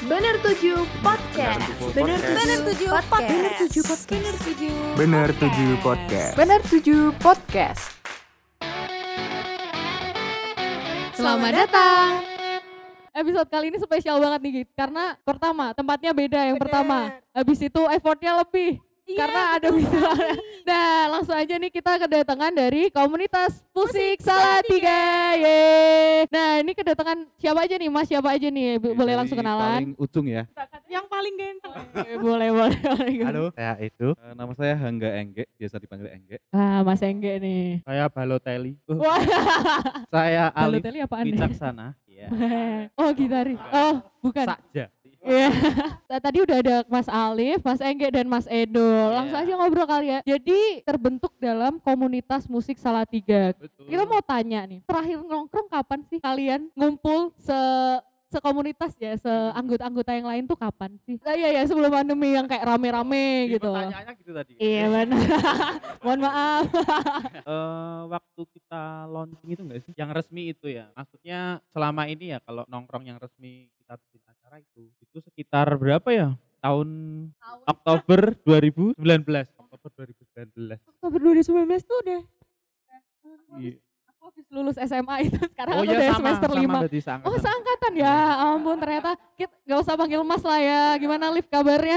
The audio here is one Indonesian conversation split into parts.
Bener 7 Podcast. Bener 7 Podcast. Bener 7 Podcast. Bener 7 Podcast. Selamat datang. Episode kali ini spesial banget nih Git. Karena pertama tempatnya beda yang pertama. Habis itu effortnya lebih. Karena ada visualnya. Nah langsung aja nih kita kedatangan dari komunitas Musik Salatiga. Yeay. Nah ini kedatangan siapa aja nih Mas, siapa aja nih? Boleh langsung kenalan? Paling ujung ya. Yang paling ganteng. Boleh. Halo, saya itu. Nama saya Hangga Engge, biasa dipanggil Engge. Mas Engge nih. Saya Balotelli. Wah. Saya Alif Balotelli apaan nih? Wicaksana. Iya. Oh gitaris. Oh bukan. Saja. Iya. Tadi udah ada Mas Alif, Mas Engge dan Mas Edo. Langsung aja ngobrol kali ya. Jadi terbentuk dalam komunitas musik Salatiga. Betul. Kita mau tanya nih, terakhir nongkrong kapan sih kalian ngumpul sekomunitas ya, seanggota-anggota yang lain tuh kapan sih? Iya sebelum pandemi yang kayak rame-rame gitu. Pertanyaannya gitu tadi. Iya benar. Mohon maaf. Waktu kita launching itu enggak sih? Yang resmi itu ya. Maksudnya selama ini ya kalau nongkrong yang resmi kita bikin acara itu sekitar berapa ya? Tahun Oktober 2019. Oktober 2019. Oktober 2019 tuh udah. Iya. Aku habis lulus SMA itu sekarang Oh aku iya udah sama semester 5. berarti seangkatan. Oh seangkatan ya, ampun ternyata kita gak usah panggil Mas lah ya, gimana Liv kabarnya?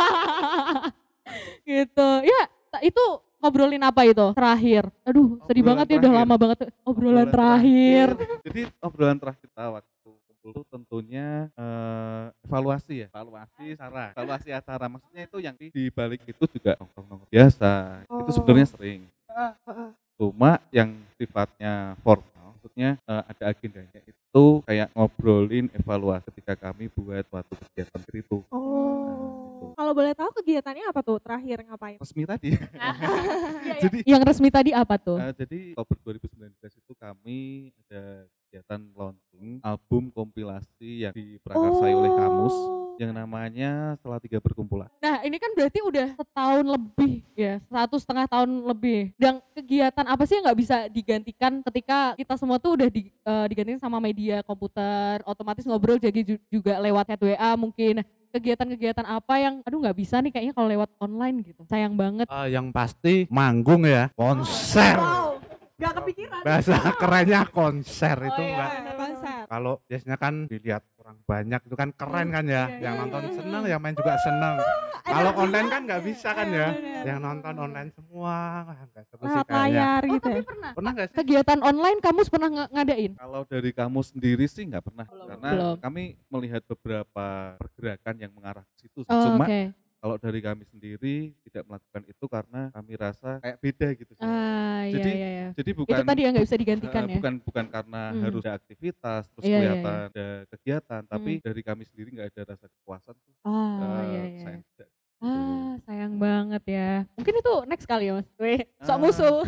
Gitu, ya itu ngobrolin apa itu terakhir? Aduh sedih Obrolan banget ya udah terakhir. lama banget obrolan terakhir. Jadi obrolan terakhir kita waktu kumpul itu tentunya evaluasi acara. Maksudnya itu yang di balik itu juga nongkrong biasa. Itu sebenarnya sering. Cuma yang sifatnya formal, maksudnya ada agendanya itu kayak ngobrolin evaluasi ketika kami buat suatu kegiatan itu. Kalau boleh tahu kegiatannya apa tuh terakhir ngapain? Resmi tadi. Jadi Yang resmi tadi apa tuh? jadi Oktober 2019 itu kami ada kegiatan launching album kompilasi yang diprakarsai oleh Kamus yang namanya Salatiga Berkumpulan. Nah ini kan berarti udah setahun lebih ya, 1,5 tahun lebih. Dan kegiatan apa sih yang nggak bisa digantikan ketika kita semua tuh udah digantikan sama media komputer, otomatis ngobrol jadi juga lewat chat WA mungkin. Kegiatan-kegiatan apa yang aduh nggak bisa nih kayaknya kalau lewat online gitu, sayang banget. Yang pasti manggung ya, konser. Wow, gak kepikiran. Bahasa kerennya konser itu enggak. Konser. Kalau biasanya kan dilihat orang banyak itu kan keren kan ya. Yang nonton seneng, yang main juga seneng. Kalau online kan nggak bisa kan ya. Yang nonton online semua nggak seperti Lewat kayaknya. layar Oh gitu tapi ya. pernah Pernah nggak sih? kegiatan online kamu pernah ngadain? Kalau dari kamu sendiri sih nggak pernah, karena Belum. kami melihat beberapa pergerakan yang mengarah ke situ. Oh, Cuma oke. kalau dari kami sendiri tidak melakukan itu karena kami rasa kayak beda gitu sih. Iya Jadi- iya. Jadi Itu bukan tadi yang nggak bisa digantikan ya. bukan karena Hmm. harus ada aktivitas terus Iya, iya, kelihatan ada kegiatan, tapi dari kami sendiri nggak ada rasa kepuasan tuh. Iya. Sayang tidak. Sayang banget ya. Mungkin itu next kali ya Mas. Weh, sok Ah. musuh.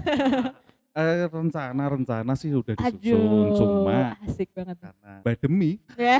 Rencana sih udah disusun, cuma asik banget. karena pandemi. Ya.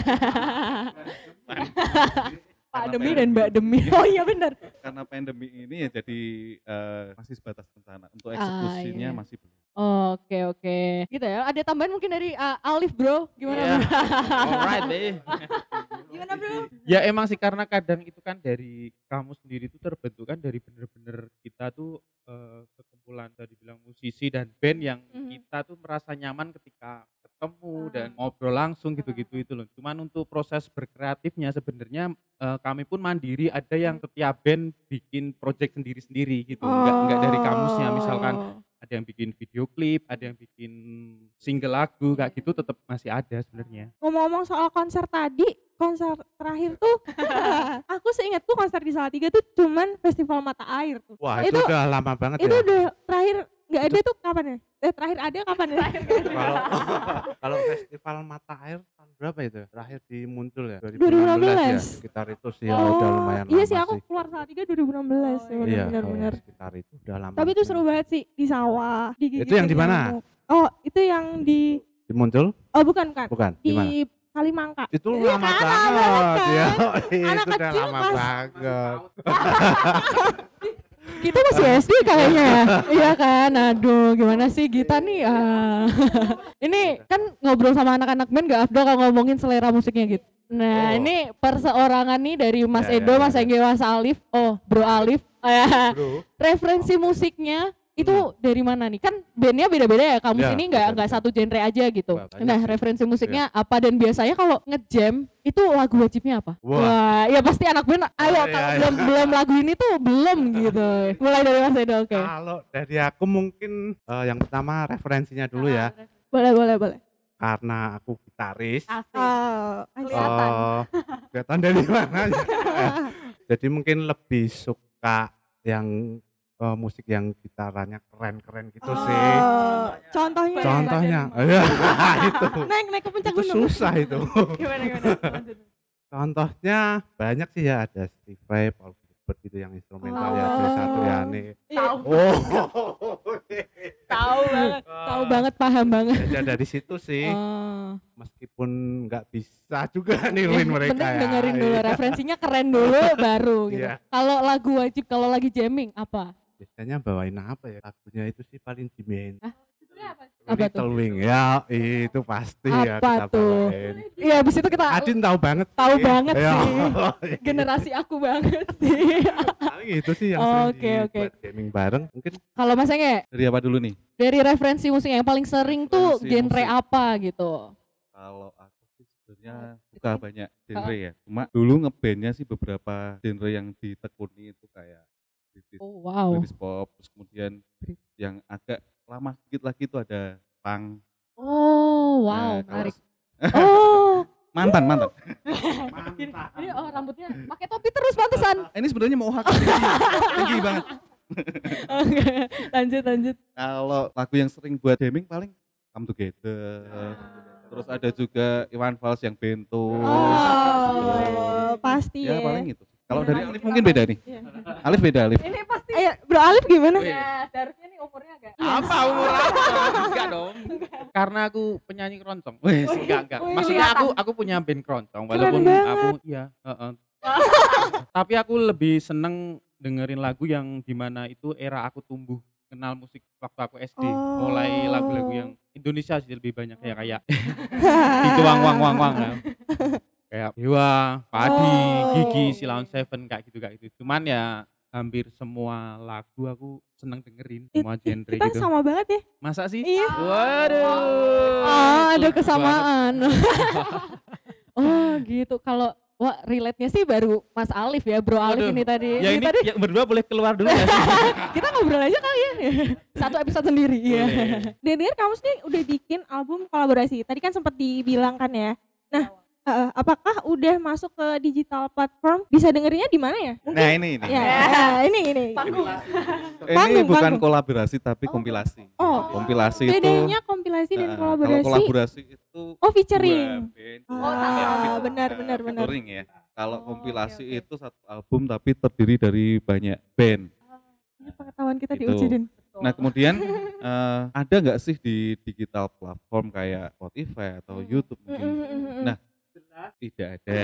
Pak Demi dan Mbak Demi. Oh iya benar. Karena pandemi ini ya jadi masih sebatas rencana. Untuk eksekusinya iya. masih belum. Oke. Gitu ya. Ada tambahan mungkin dari Alif bro. Gimana Iya. bro? Alright deh. Gimana bro? Ya emang sih karena kadang itu kan dari kamu sendiri itu terbentuk kan dari bener-bener kita tuh sekumpulan tadi bilang musisi dan band yang kita tuh merasa nyaman ketika ketemu dan ngobrol langsung gitu-gitu itu loh. Cuman untuk proses berkreatifnya sebenarnya kami pun mandiri, ada yang setiap band bikin project sendiri-sendiri gitu. Enggak dari kamusnya, misalkan ada yang bikin video klip, ada yang bikin single lagu kayak gitu tetap masih ada sebenarnya. Ngomong-ngomong soal konser tadi, konser terakhir tuh aku seingatku konser di Salatiga tuh cuman festival mata air tuh. Wah itu udah lama banget Itu ya. udah terakhir nggak ada tuh kapan ya? Terakhir ada kapan ya? Kalau festival mata air tahun berapa itu? Terakhir di Muncul ya? 2016. ya. Sekitar itu sih ya udah lumayan Iya lama sih aku sih. keluar Salatiga 2016 ya Iya, benar-benar. sekitar itu udah lama. Tapi itu seru banget sih di sawah. Itu yang di mana? nyamuk. Oh itu yang di Di Muncul? oh bukan Bukan, di mana? di Kalimangka. Itu Iya lama kan, banget lama banget ya. kan? Anak Itu udah kecil lama pas- banget. Kita masih SD kayaknya ya. Iya kan, aduh gimana sih Gita nih. Ini kan ngobrol sama anak-anak band gak afdol kalau ngomongin selera musiknya gitu. Nah, Oh. ini perseorangan nih dari Mas Ya, Edo, ya, Mas ya. Engge, Mas Alif. Oh, Bro Alif. Bro. Referensi musiknya itu dari mana nih? Kan bandnya beda-beda ya. Kamu Ya, sini nggak beda-beda. satu genre aja gitu. Wah, banyak Nah, sih. referensi musiknya apa dan biasanya kalau ngejam itu lagu wajibnya apa? Wah. Wah, ya pasti anak band. Ayo, iya, kalau iya. belum lagu ini tuh belum gitu. Mulai dari Mas Edo, oke. Kalau dari aku mungkin yang pertama referensinya dulu ya. Boleh. Karena aku gitaris. Oh, Kelihatan. Kelihatan dari mana ya? Jadi mungkin lebih suka yang musik yang gitarannya keren-keren gitu sih. Contohnya. Contohnya, ya itu. Naik ke puncak Itu gunung. susah itu. Gimana? Contohnya banyak sih ya, ada Steve Vai, Paul Gilbert gitu yang instrumental ya, Joy Satriani. Tahu. Oh. Tahu banget. Tahu banget, paham banget. Ya dari situ sih, Oh. meskipun nggak bisa juga niruin mereka Penting ya. dengerin dulu Iya. referensinya keren dulu baru gitu. Iya. Kalau lagu wajib kalau lagi jamming apa? Biasanya bawain apa ya? Lagunya itu sih paling Jimin. Apa tuh? Little Wing ya, itu pasti ya Apa kita tuh? bawain. Iya, habis itu kita Adin tahu banget. tahu sih. banget Ya. sih. Generasi aku banget sih. Paling itu sih yang Oke, sering oke. dibuat gaming bareng. Mungkin Kalau Mas Enge, Dari apa dulu nih? dari referensi musik yang paling sering tuh Referensi genre musik. apa gitu? Kalau aku sih sebenarnya suka banyak genre ya. Cuma dulu ngebandnya sih beberapa genre yang ditekuni itu kayak British, Oh, wow. British pop, terus kemudian yang agak lama sedikit lagi itu ada punk. Oh, wow, Nah, kalau menarik. s- Oh, mantan. ini rambutnya pakai topi terus pantesan. Ini sebenarnya mau hak tinggi banget. Oke, lanjut. Kalau lagu yang sering buat jamming paling Come Together. Terus ada juga Iwan Fals yang Bento. Oh, pasti Ya ya. paling itu. Kalau dari Alif mungkin beda nih. Alif beda Alif. Ini pasti Ayo, Bro Alif gimana? ya, seharusnya nih umurnya agak. Apa umur aku? Enggak dong. Karena aku penyanyi keroncong. Wes, enggak. Wih, Maksudnya aku punya band keroncong walaupun banget. aku iya, heeh. Tapi aku lebih seneng dengerin lagu yang dimana itu era aku tumbuh kenal musik waktu aku SD. Mulai lagu-lagu yang Indonesia sih lebih banyak ya kayak itu wang. Kayak Dewa, Padi, Gigi, Silon Seven kayak gitu. Cuman ya hampir semua lagu aku seneng dengerin semua genre Kita gitu. sama banget ya. Masa sih? Iya. Waduh. Oh, ada Setuju kesamaan. Oh, gitu. Kalau wah, relate-nya sih baru Mas Alif ya, Bro Alif Waduh. ini tadi. Ya ini tadi ya, berdua boleh keluar dulu nggak sih? kita ngobrol aja kali ya. Satu episode sendiri ya. Boleh. Dengar kamu nih udah bikin album kolaborasi. Tadi kan sempat dibilang kan ya. Nah, apakah udah masuk ke digital platform? Bisa dengerinnya di mana ya? Mungkin. Nah ini. Ya, ini. Ini Panggung, bukan panggung. kolaborasi tapi kompilasi. Oh. Kompilasi itu. Bedanya kompilasi dan Kalau kolaborasi. kolaborasi itu Oh, featuring. dua band. Oh, Ya, benar. featuring ya. Kalau kompilasi itu satu album tapi terdiri dari banyak band. Ini pengetahuan kita Gitu. diuji Den. Nah kemudian ada nggak sih di digital platform kayak Spotify atau YouTube mungkin? Nah tidak ada.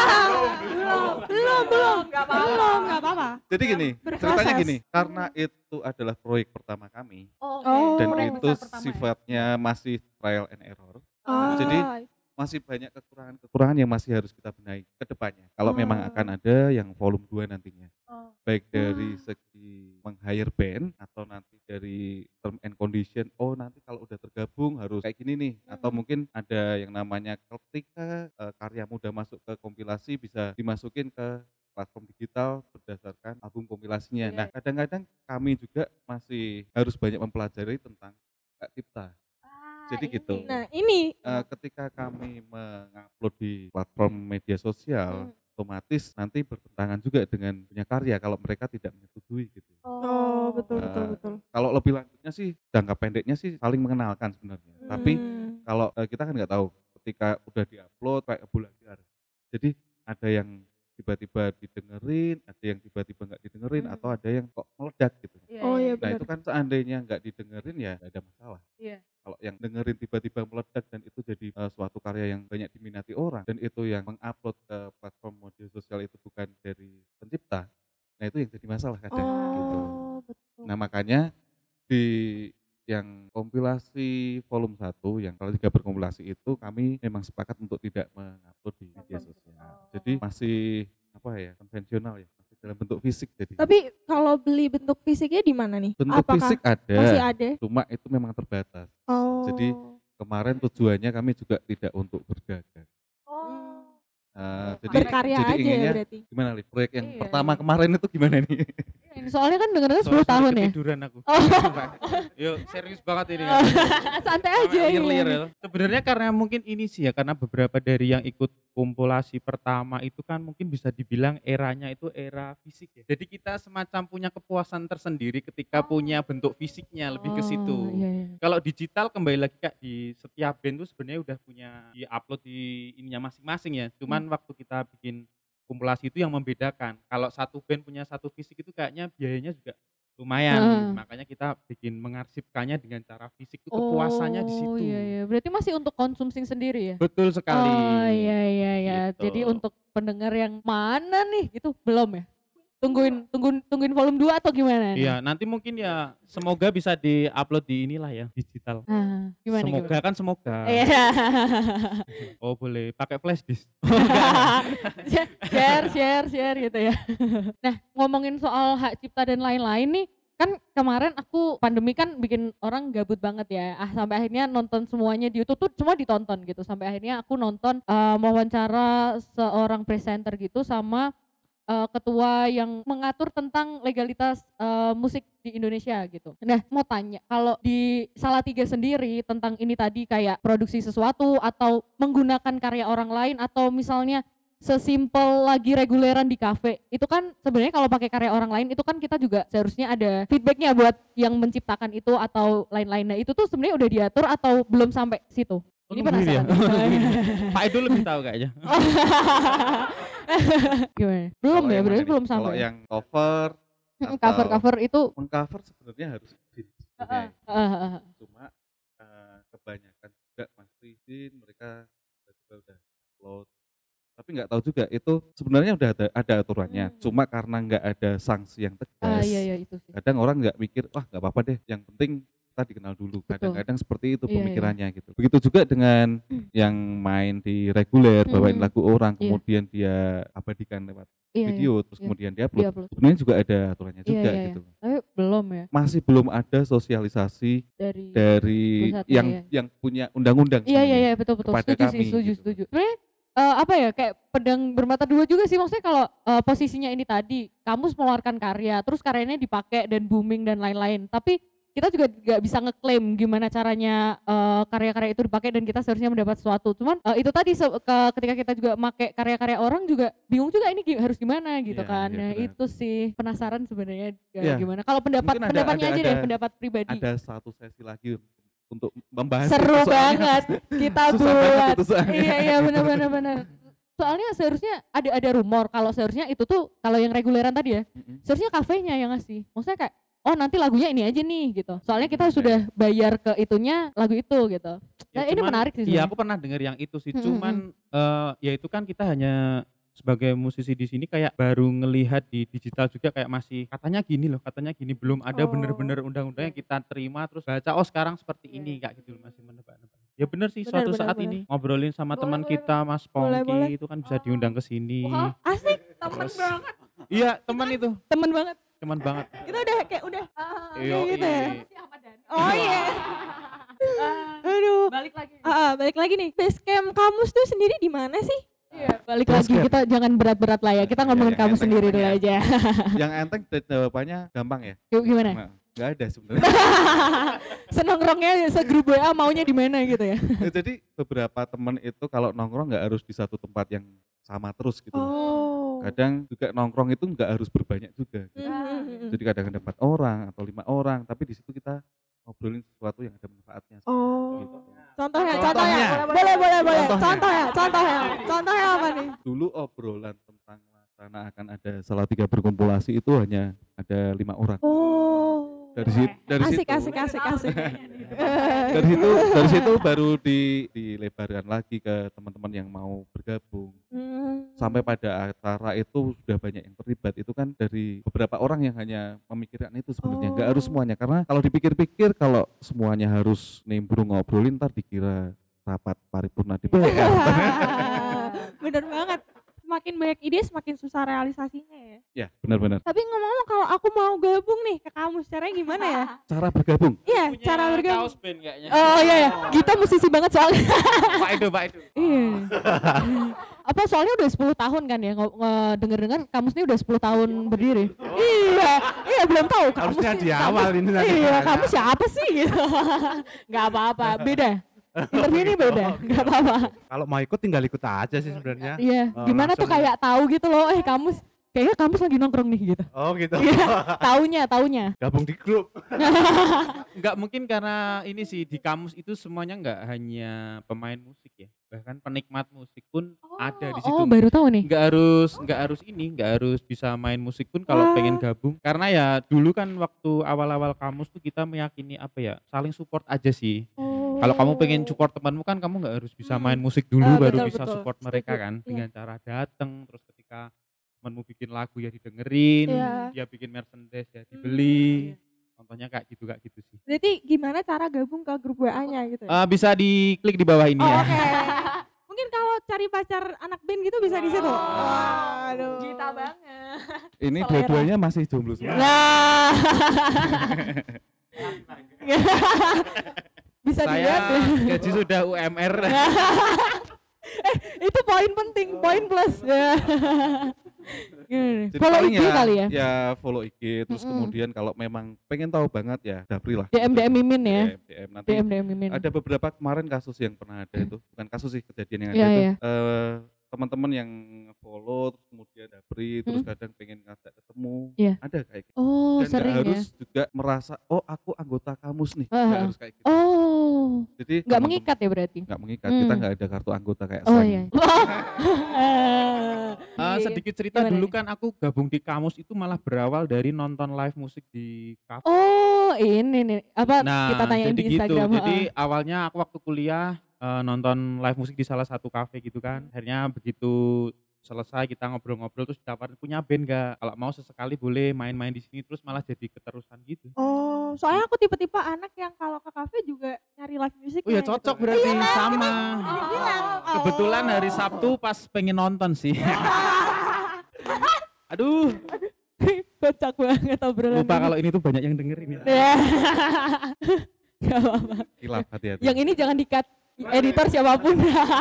Belum, nggak apa-apa. Jadi gini, Berproses. ceritanya gini, karena itu adalah proyek pertama kami Oh. dan Proyek itu sifatnya masih trial and error. Oh. Jadi masih banyak kekurangan yang masih harus kita benahi ke depannya. Kalau memang akan ada yang volume 2 nantinya. Baik dari segi meng-hire band atau nanti dari term and condition, oh nanti kalau udah tergabung harus kayak gini nih. Atau mungkin ada yang namanya ketika karyamu udah masuk ke kompilasi bisa dimasukin ke platform digital berdasarkan album kompilasinya. Nah kadang-kadang kami juga masih harus banyak mempelajari tentang hak cipta. Jadi gitu. Nah, ini Ketika kami mengupload di platform media sosial, otomatis nanti bertentangan juga dengan punya karya kalau mereka tidak menyetujui gitu. betul. Kalau lebih lanjutnya sih jangka pendeknya sih saling mengenalkan sebenarnya. Tapi kalau kita kan nggak tahu ketika udah diupload kayak bulan liar. Jadi ada yang tiba-tiba didengerin, ada yang tiba-tiba nggak didengerin, atau ada yang kok meledak gitu. Oh iya Nah benar. itu kan seandainya nggak didengerin ya nggak ada masalah. Iya. Kalau yang dengerin tiba-tiba meledak dan itu jadi suatu karya yang banyak diminati orang dan itu yang mengupload ke platform media sosial itu bukan dari pencipta, nah itu yang jadi masalah kadang gitu. Betul. Nah makanya di yang kompilasi volume 1 yang kalau 3 berkompilasi itu kami memang sepakat untuk tidak mengupload di media sosial. Jadi masih apa ya, konvensional ya, masih dalam bentuk fisik jadi. Tapi kalau beli bentuk fisiknya di mana nih? Bentuk Apakah fisik masih ada, ada? cuma itu memang terbatas. Oh. Jadi kemarin tujuannya kami juga tidak untuk berdagang. Oh. Jadi Berkarya jadi aja ya inginnya berarti. gimana nih proyek yang Iya, pertama iya. kemarin itu gimana nih? Soalnya kan dengarnya 10 Sorry, tahun ya. Ketiduran aku. Oh. Yuk, serius banget ini. Santai aja Sampai lir-lir ini. ya. Sebenarnya karena mungkin ini sih ya, karena beberapa dari yang ikut kompilasi pertama itu kan mungkin bisa dibilang eranya itu era fisik ya. Jadi kita semacam punya kepuasan tersendiri ketika punya bentuk fisiknya, lebih ke situ. Oh, iya, iya. Kalau digital kembali lagi Kak, di setiap band tuh sebenarnya udah punya di-upload di ininya masing-masing ya. Cuman waktu kita bikin kompilasi itu yang membedakan. Kalau satu band punya satu fisik itu kayaknya biayanya juga lumayan. Makanya kita bikin mengarsipkannya dengan cara fisik itu kepuasannya di situ. Oh iya, iya. Berarti masih untuk konsumsi sendiri ya? Betul sekali. Oh iya iya iya. Gitu. Jadi untuk pendengar yang mana nih gitu belum ya? Tungguin volume 2 atau gimana nih? Iya, nanti mungkin ya semoga bisa di-upload di inilah ya, digital. Ah, gimana Semoga gimana? kan semoga. Iya. Oh boleh pakai flash disk. share gitu ya. Nah, ngomongin soal hak cipta dan lain-lain nih, kan kemarin aku pandemi kan bikin orang gabut banget ya. Sampai akhirnya nonton semuanya di YouTube tuh semua ditonton gitu. Sampai akhirnya aku nonton wawancara seorang presenter gitu sama ketua yang mengatur tentang legalitas musik di Indonesia gitu. Nah, mau tanya, kalau di Salatiga sendiri tentang ini tadi kayak produksi sesuatu atau menggunakan karya orang lain atau misalnya sesimpel lagi reguleran di kafe, itu kan sebenarnya kalau pakai karya orang lain itu kan kita juga seharusnya ada feedbacknya buat yang menciptakan itu atau lain-lain. Nah, itu tuh sebenarnya udah diatur atau belum sampai situ? Ini penasaran. Pak Edo lebih tahu kayaknya. Gimana? Belum Kalau ya, yang berarti mana nih? belum Kalau sampai. yang cover Cover-cover itu mengcover sebenarnya harus izin sebenarnya. Cuma kebanyakan juga masih izin, mereka tiba-tiba udah upload. Tapi nggak tahu juga itu sebenarnya udah ada aturannya. Cuma karena nggak ada sanksi yang tegas. iya itu sih. Kadang orang nggak mikir, wah nggak apa-apa deh, yang penting kita dikenal dulu. Kadang-kadang seperti itu Iya, pemikirannya gitu. Begitu juga dengan yang main di reguler, bawain lagu orang, Iya. kemudian dia abadikan lewat Iya, video, terus iya. kemudian dia upload. Di-upload. Sebenarnya juga ada aturannya Iya, juga iya, gitu. Tapi belum ya Masih belum ada sosialisasi dari dari pusatnya, yang ya. yang punya undang-undang. Iya sebenarnya. betul kepada setuju kami, sih setuju gitu. setuju. Sebenarnya apa ya kayak pedang bermata dua juga sih, maksudnya kalau posisinya ini tadi kamus mengeluarkan karya terus karyanya dipakai dan booming dan lain-lain, tapi kita juga nggak bisa ngeklaim gimana caranya karya-karya itu dipakai dan kita seharusnya mendapat sesuatu. Cuman itu tadi ketika kita juga make karya-karya orang juga bingung juga ini harus gimana gitu Iya, kan. iya, Nah, benar. itu sih penasaran sebenarnya Iya. gimana. Kalau pendapatnya aja deh, pendapat pribadi. Ada satu sesi lagi untuk membahas Seru itu soalnya banget kita susah banget buat. itu soalnya. Iya benar. Soalnya seharusnya ada rumor kalau seharusnya itu tuh kalau yang reguleran tadi ya, seharusnya kafenya yang ngasih. Maksudnya kayak oh nanti lagunya ini aja nih gitu. Soalnya kita sudah bayar ke itunya lagu itu gitu. Nah, ini menarik sih. Iya, sebenarnya. aku pernah dengar yang itu sih. Cuman ya itu kan kita hanya sebagai musisi di sini kayak baru ngelihat di digital juga kayak masih katanya gini loh, katanya gini, belum ada bener-bener undang-undang yang kita terima terus baca oh sekarang seperti ini kayak gitu loh, masih menebak-nebak. Ya bener sih, Bener, suatu bener, saat bener. ini ngobrolin sama Boleh, teman boleh, kita Mas Boleh, Pongki boleh. itu kan bisa diundang ke sini. Wah, Asik, temen Terus- banget. Iya, teman itu, Temen banget. teman banget. Kita udah kayak udah Iya, gitu ya. iya. Oh iya. Aduh. Balik lagi. Balik lagi nih. Base camp kamus tuh sendiri di mana sih? Iya, balik lagi kita jangan berat-berat lah ya. Kita ngomongin yang kamu enteng sendiri dulu namanya. aja. Yang enteng jawabannya gampang ya. Gimana? Nah, nggak ada sebenarnya. Senongrongnya segrup WA maunya di mana gitu ya. Jadi beberapa teman itu kalau nongkrong nggak harus di satu tempat yang sama terus gitu. Oh. Kadang juga nongkrong itu nggak harus berbanyak juga. Gitu. Jadi kadang ada 4 orang atau 5 orang, tapi di situ kita ngobrolin sesuatu yang ada manfaatnya. Oh. Gitu. Contohnya. Contohnya. Boleh. Contohnya. Contohnya apa nih? Dulu obrolan tentang wacana akan ada Salatiga berkumpulasi itu hanya ada 5 orang. Oh. Dari situ Asik. dari situ baru dilebarkan lagi ke teman-teman yang mau bergabung. Sampai pada acara itu sudah banyak yang terlibat. Itu kan dari beberapa orang yang hanya memikirkan itu sebenarnya, nggak harus semuanya. Karena kalau dipikir-pikir kalau semuanya harus nimbrung ngobrolin ntar dikira rapat paripurna DPR. Bener banget. semakin banyak ide semakin susah realisasinya ya. Ya, benar-benar. Tapi ngomong-ngomong kalau aku mau gabung nih ke kamus, caranya gimana ya? Cara bergabung. Iya, Punya cara bergabung. kaos band kayaknya. Oh iya ya, kita musisi banget soalnya. Pak Edo. Iya. Apa soalnya udah 10 tahun kan ya, denger-dengar kamus ini udah 10 tahun berdiri. Iya belum tahu kamus. Harusnya sih- di awal ini tadi. Iya, kamu siapa sih gitu. Nggak apa-apa, beda. Interview ini beda, nggak apa-apa. Kalau mau ikut tinggal ikut aja sih sebenarnya. Iya, Oh, gimana tuh langsung. kayak tahu gitu loh, kamus kayaknya kamus lagi nongkrong nih gitu. Oh gitu. Taunya. Gabung di grup. Enggak mungkin karena ini sih di kamus itu semuanya enggak hanya pemain musik ya. Bahkan penikmat musik pun ada di situ. Oh, baru tahu nih. Enggak harus bisa main musik pun kalau pengen gabung. Karena ya dulu kan waktu awal-awal kamus tuh kita meyakini apa ya, saling support aja sih. Kalau kamu pengen support temanmu kan kamu nggak harus bisa main musik dulu baru betul, bisa betul. support mereka Setuju. kan, Iya. dengan cara datang terus ketika temanmu bikin lagu ya didengerin, Iya. dia bikin merchandise ya dibeli. Contohnya kayak gitu sih. Berarti gimana cara gabung ke grup WA-nya gitu ya? Bisa diklik di bawah ini Oh, ya. oke. Mungkin kalau cari pacar anak band gitu bisa di situ. Waduh. Gita banget. Ini Selera. dua-duanya masih jomblo semua. Nah. Bisa Saya dilihat ya. gaji sudah UMR. Itu poin penting, poin plus. Ya. Gini, Jadi follow paling IG kali ya. Ya follow IG, terus Mm-mm. kemudian kalau memang pengen tahu banget ya Dapri lah. DM Mimin ya. DM nanti DM Mimin. ada beberapa kemarin kasus yang pernah ada itu, bukan kasus sih, kejadian yang ada Iya, itu. iya. Teman-teman yang follow terus kemudian Dapri terus kadang pengen ngajak ketemu, Iya. ada kayak gitu. Oh, Dan nggak sering ya. harus juga merasa oh aku anggota kamus nih, Ah, nggak ah. harus kayak gitu. Oh, Jadi nggak teman-teman- mengikat ya berarti. nggak mengikat, kita Hmm. nggak ada kartu anggota kayak Oh Slang. iya. Sedikit cerita Gimana dulu nih? kan aku gabung di kamus itu malah berawal dari nonton live musik di kafe. Oh, ini nih. Apa Nah, kita tanyain jadi di gitu. Instagram. Jadi awalnya aku waktu kuliah nonton live musik di salah satu kafe gitu kan. Akhirnya begitu selesai kita ngobrol-ngobrol terus ditawarin punya band gak? Kalau mau sesekali boleh main-main di sini terus malah jadi keterusan gitu. Oh, soalnya aku tipe-tipe anak yang kalau ke kafe juga nyari live music. Oh ya cocok berarti sama. Dibilang. Kebetulan hari Sabtu pas pengen nonton sih. Aduh, Kocak banget obrolan. lupa ini. kalau ini tuh banyak yang dengerin ya. Ya. Gak apa-apa. Kilaf hati-hati. Yang ini jangan di-cut editor siapapun.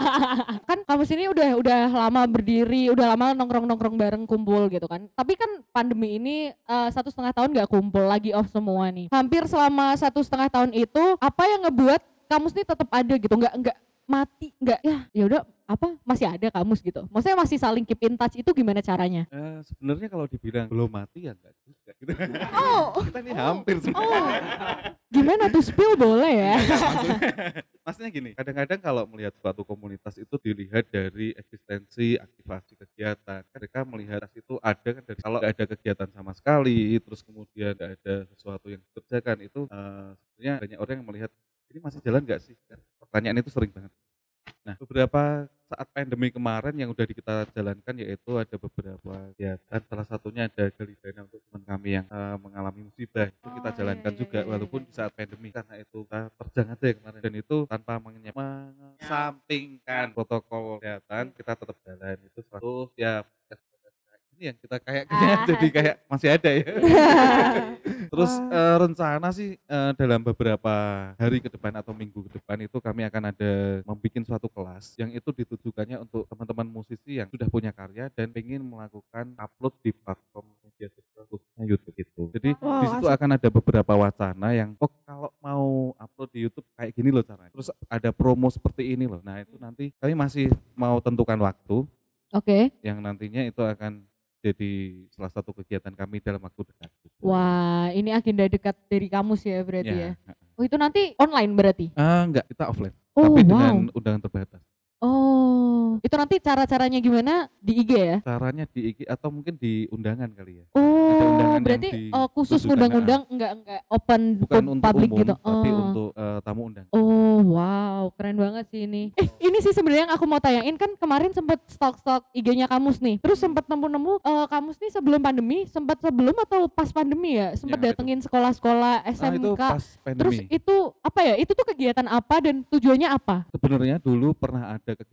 Kan kampus ini udah lama berdiri, udah lama nongkrong-nongkrong bareng kumpul gitu kan. Tapi kan pandemi ini 1,5 tahun gak kumpul, lagi off semua nih. Hampir selama 1,5 tahun itu apa yang ngebuat kamus ini tetap ada gitu, nggak mati, nggak ya udah apa masih ada kamus gitu. Maksudnya masih saling keep in touch itu gimana caranya? Sebenarnya kalau dibilang belum mati ya enggak juga gitu. Oh, Kita ini hampir semua. Gimana tuh spill boleh ya? Maksudnya gini, kadang-kadang kalau melihat suatu komunitas itu dilihat dari eksistensi, aktivasi kegiatan. Mereka melihat itu ada kan dari kalau nggak ada kegiatan sama sekali, terus kemudian nggak ada sesuatu yang dikerjakan itu sebenarnya banyak orang yang melihat ini masih jalan nggak sih? Pertanyaan itu sering banget. Nah, beberapa saat pandemi kemarin yang udah kita jalankan yaitu ada beberapa kegiatan, salah satunya ada gali dana untuk teman kami yang mengalami musibah. Itu kita jalankan juga walaupun di saat pandemi karena itu kita terjang aja ya kemarin dan itu tanpa mengesampingkan protokol kesehatan kita tetap jalan itu suatu ya ini yang kita kayak jadi kayak masih ada ya. Terus rencana sih dalam beberapa hari ke depan atau minggu ke depan itu kami akan ada membuat suatu kelas yang itu ditujukannya untuk teman-teman musisi yang sudah punya karya dan ingin melakukan upload di platform media sosial khususnya YouTube itu. Jadi Wow, di situ akan ada beberapa wacana yang kalau mau upload di YouTube kayak gini loh caranya. Terus ada promo seperti ini loh. Nah, itu nanti kami masih mau tentukan waktu Oke. yang nantinya itu akan jadi salah satu kegiatan kami dalam waktu dekat. Wah, ini agenda dekat dari kamus ya berarti ya. Ya. Oh, itu nanti online berarti? Enggak, kita offline. Oh, Tapi wow. dengan undangan terbatas. Oh, itu nanti cara-caranya gimana di IG ya? Caranya di IG atau mungkin di undangan kali ya. Oh, undangan yang berarti khusus ditujukan, ngundang-undang enggak open Bukan to untuk public umum, gitu. tapi Oh. untuk tamu undangan. Oh, wow, keren banget sih ini. Ini sih sebenarnya yang aku mau tanyain kan kemarin sempat stalk IG-nya kamus nih. Terus sempat nemu-nemu kamus nih sebelum pandemi, sempat sebelum atau pas pandemi ya? Sempat Ya, itu. datengin sekolah-sekolah Itu SMK. pas Terus pandemi. itu apa ya? Itu tuh kegiatan apa dan tujuannya apa? Sebenarnya dulu pernah ada kegiatan kayak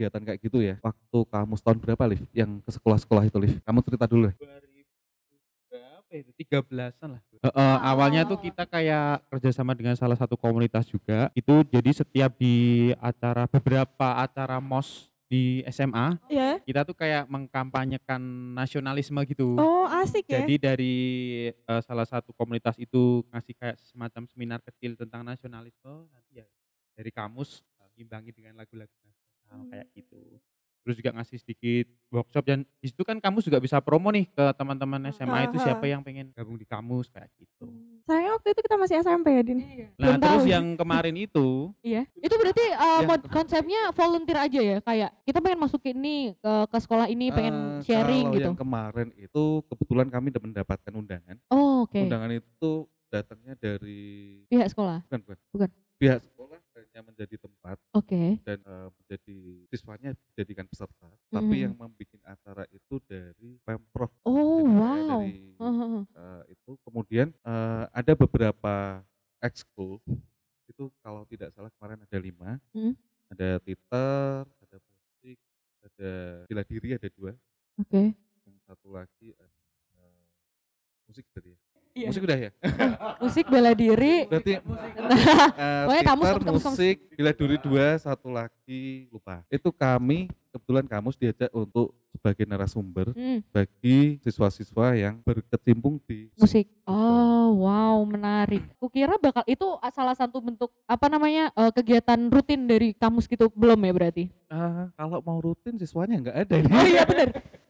gitu ya. Waktu kamu tahun berapa, Liv? Yang ke sekolah-sekolah itu, Liv? Kamu cerita dulu lah. 13-an lah. Awalnya tuh kita kayak kerjasama dengan salah satu komunitas juga. Itu jadi setiap di beberapa acara MOS di SMA, Ya. kita tuh kayak mengkampanyekan nasionalisme gitu. Oh, asik ya. Jadi dari salah satu komunitas itu ngasih kayak semacam seminar kecil tentang nasionalisme, nanti ya dari kamus ngimbangi dengan lagu-lagu nasional kayak gitu. Terus juga ngasih sedikit workshop, dan di situ kan kamus juga bisa promo nih ke teman-teman SMA itu siapa yang pengen gabung di kamus kayak gitu. Sayangnya waktu itu kita masih SMP ya, Din. Nah, Belum terus tahu. yang kemarin itu Iya. Itu berarti konsepnya volunteer aja ya, kayak kita pengen masukin nih ke sekolah ini, pengen sharing Kalau gitu. yang kemarin itu kebetulan kami mendapatkan undangan. Oh, oke. Undangan itu datangnya dari Pihak sekolah. Bukan. Pihak sekolah hanya menjadi tempat Oke. dan menjadi siswanya dijadikan peserta, tapi yang membuat acara itu dari Pemprov. Oh, Jadi kayak wow. dari itu kemudian ada beberapa ekskul itu, kalau tidak salah kemarin ada 5. Ada teater, ada musik, ada bela diri, ada 2. Oke. Yang satu lagi musik tadi ya. Iya. Musik udah ya. Musik, bela diri. Berarti Pokoknya kamus, teater, kamus. musik, bela diri 2, satu lagi lupa. Itu kami kebetulan kamus diajak untuk sebagai narasumber bagi siswa-siswa yang berkecimpung di Musik. Oh, wow, menarik. Kukira bakal itu salah satu bentuk kegiatan rutin dari kamus gitu, belum ya berarti? Kalau mau rutin siswanya nggak ada ini. Oh iya bener.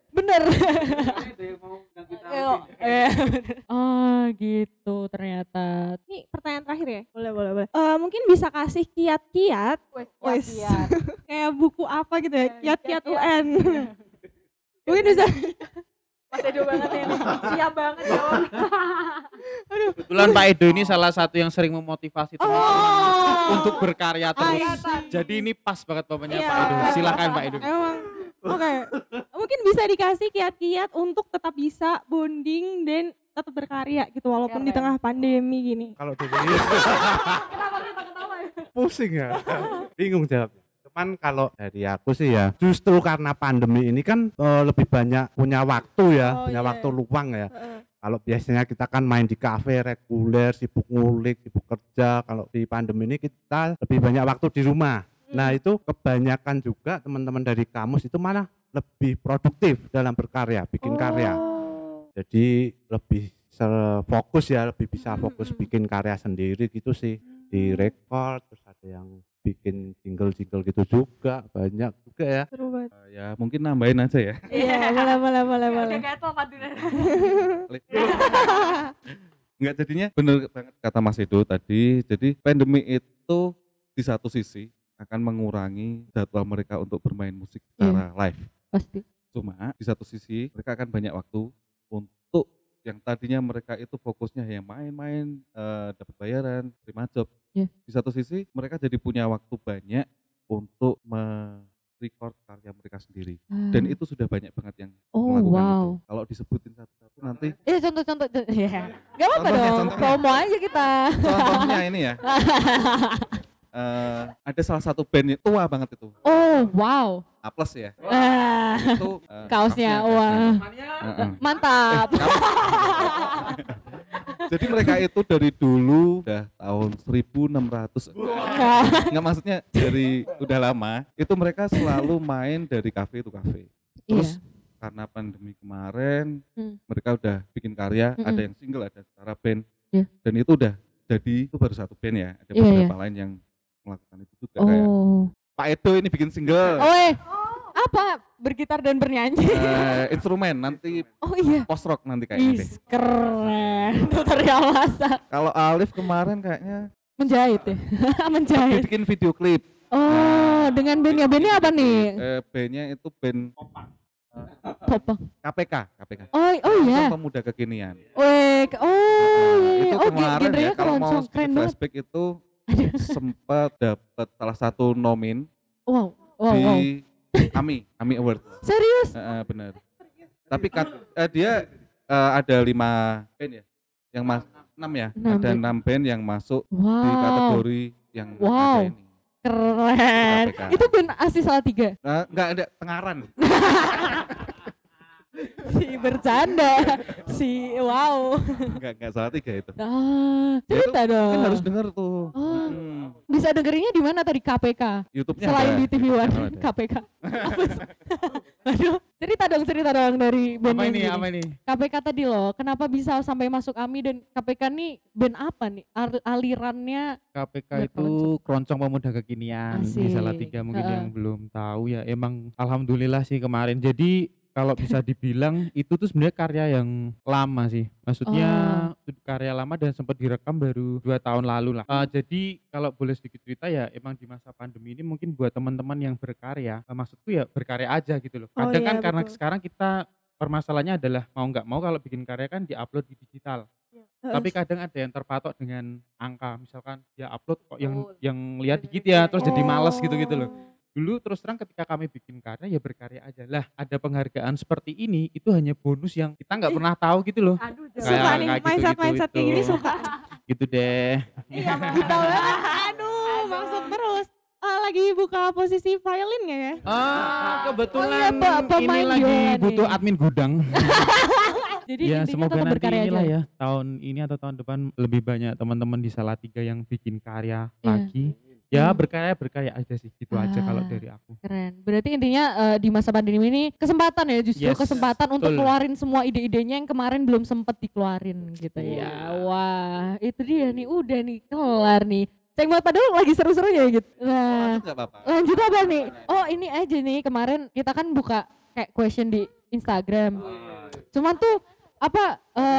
Oh gitu ternyata. Ini pertanyaan terakhir ya? Boleh. Mungkin bisa kasih kiat-kiat. Wes. Kayak buku apa gitu ya? Kiat-kiat UN. Mungkin bisa. Mas Edo banget ya, siap banget ya. kebetulan Pak Edo ini salah satu yang sering memotivasi teman-teman untuk berkarya terus. Jadi ini pas banget momennya Iya. Pak Edo. Silakan Pak Edo. Emang. Oke. Mungkin bisa dikasih kiat-kiat untuk tetap bisa bonding dan tetap berkarya gitu walaupun di tengah pandemi gini. Kalau dari pusing ya, bingung jawabnya. Cuman kalau dari aku sih ya, justru karena pandemi ini kan lebih banyak punya waktu ya, punya waktu luang ya. Kalau biasanya kita kan main di kafe reguler, sibuk ngulik, sibuk kerja. Kalau di pandemi ini kita lebih banyak waktu di rumah. Nah itu kebanyakan juga teman-teman dari kamus itu malah lebih produktif dalam berkarya, bikin karya. Jadi lebih fokus ya, lebih bisa fokus bikin karya sendiri gitu sih. Di record, terus ada yang bikin jingle-jingle gitu juga, banyak juga ya. Seru banget. Ya mungkin nambahin aja ya. Iya, boleh. Enggak, jadinya bener banget kata Mas Edo tadi. Jadi pandemi itu di satu sisi akan mengurangi jadwal mereka untuk bermain musik secara live. Pasti. Cuma di satu sisi mereka akan banyak waktu untuk yang tadinya mereka itu fokusnya yang main-main, dapat bayaran, terima job. Di satu sisi mereka jadi punya waktu banyak untuk record karya mereka sendiri. Dan itu sudah banyak banget yang melakukan itu. Kalau disebutin satu-satu nanti. Contoh-contoh. Ya. Gak apa-apa Contohnya, dong. contohnya. Promo aja kita. Contohnya ini ya. Ada salah satu band tua banget itu. Oh, wow. A+ ya. Itu Kaosnya, wah. Mantap. Jadi mereka itu dari dulu udah tahun 1600. Enggak, maksudnya dari udah lama itu mereka selalu main dari kafe itu kafe. Terus karena pandemi kemarin mereka udah bikin karya, ada yang single, ada secara band. Dan itu udah jadi, itu baru satu band ya. Ada beberapa lain yang melakukan itu juga kayak Pak Edo ini bikin single. Apa? Bergitar dan bernyanyi. Instrumen nanti post rock nanti kayaknya deh. Keren. Tutorial masak. Kalau Alif kemarin kayaknya Menjahit ya. Menjahit. bikin video klip. Dengan bandnya. Bandnya apa nih? Bandnya itu band Popang. KPK. Oh iya. Pemuda Kekinian. Itu kemarin ya, genrenya kalau mau keroncong, keren banget. flashback itu sempat dapat salah satu nomin Wow. di AMI Award. Serius? Benar. Tapi dia ada 5 band ya, yang 6 ya, ada 6 band yang masuk di kategori yang ada ini. Keren. KPK. Itu band asli Salatiga. Enggak ada Tengaran. Si bercanda. Si wow. Enggak Salatiga itu. Cerita Ya itu dong. Kan harus denger tuh. Oh. Bisa dengerinnya di mana tadi KPK? YouTube-nya Selain ada. di TV One, Channel ada. KPK. Aduh, cerita dong dari band Apa yang ini? gini. Apa ini? KPK tadi loh, kenapa bisa sampai masuk AMI dan KPK nih band apa nih? Alirannya KPK Ya, itu keroncong pemuda kekinian di Asik. Salatiga, mungkin Heeh. yang belum tahu ya. Emang alhamdulillah sih kemarin. Jadi kalau bisa dibilang itu tuh sebenarnya karya yang lama sih. Maksudnya karya lama dan sempat direkam baru 2 tahun lalu lah. Jadi kalau boleh sedikit cerita ya, emang di masa pandemi ini mungkin buat teman-teman yang berkarya, maksudku ya berkarya aja gitu loh. Oh Kadang iya, kan karena betul. sekarang kita permasalahannya adalah mau nggak mau kalau bikin karya kan diupload di digital. Tapi kadang ada yang terpatok dengan angka, misalkan dia upload kok yang lihat dikit ya, terus jadi males gitu-gitu loh. Dulu terus terang ketika kami bikin karya ya berkarya aja lah, ada penghargaan seperti ini itu hanya bonus yang kita nggak pernah tahu gitu loh. aduh Suka nih mindset kayak gini suka. Gitu deh. Iya, kita banget. Aduh, maksud terus. Lagi buka posisi violin nggak ya? Kebetulan Bapak ini main lagi biola nih. butuh admin gudang. Jadi Ya intinya semoga tetap nanti berkarya inilah aja. ya tahun ini atau tahun depan lebih banyak teman-teman di Salatiga yang bikin karya Iya. lagi. Ya berkarya aja sih, gitu aja kalau Ah. dari aku. Keren. Berarti intinya di masa pandemi ini kesempatan ya, justru Yes, kesempatan untuk betul. keluarin semua ide-idenya yang kemarin belum sempet dikeluarin gitu ya. Iya. Wah, itu dia nih, udah nih kelar nih. Sayang banget padahal lagi seru-serunya gitu. Nah, Enggak apa-apa. lanjut apa nih? Oh, ini aja nih, kemarin kita kan buka kayak question di Instagram. Cuman tuh apa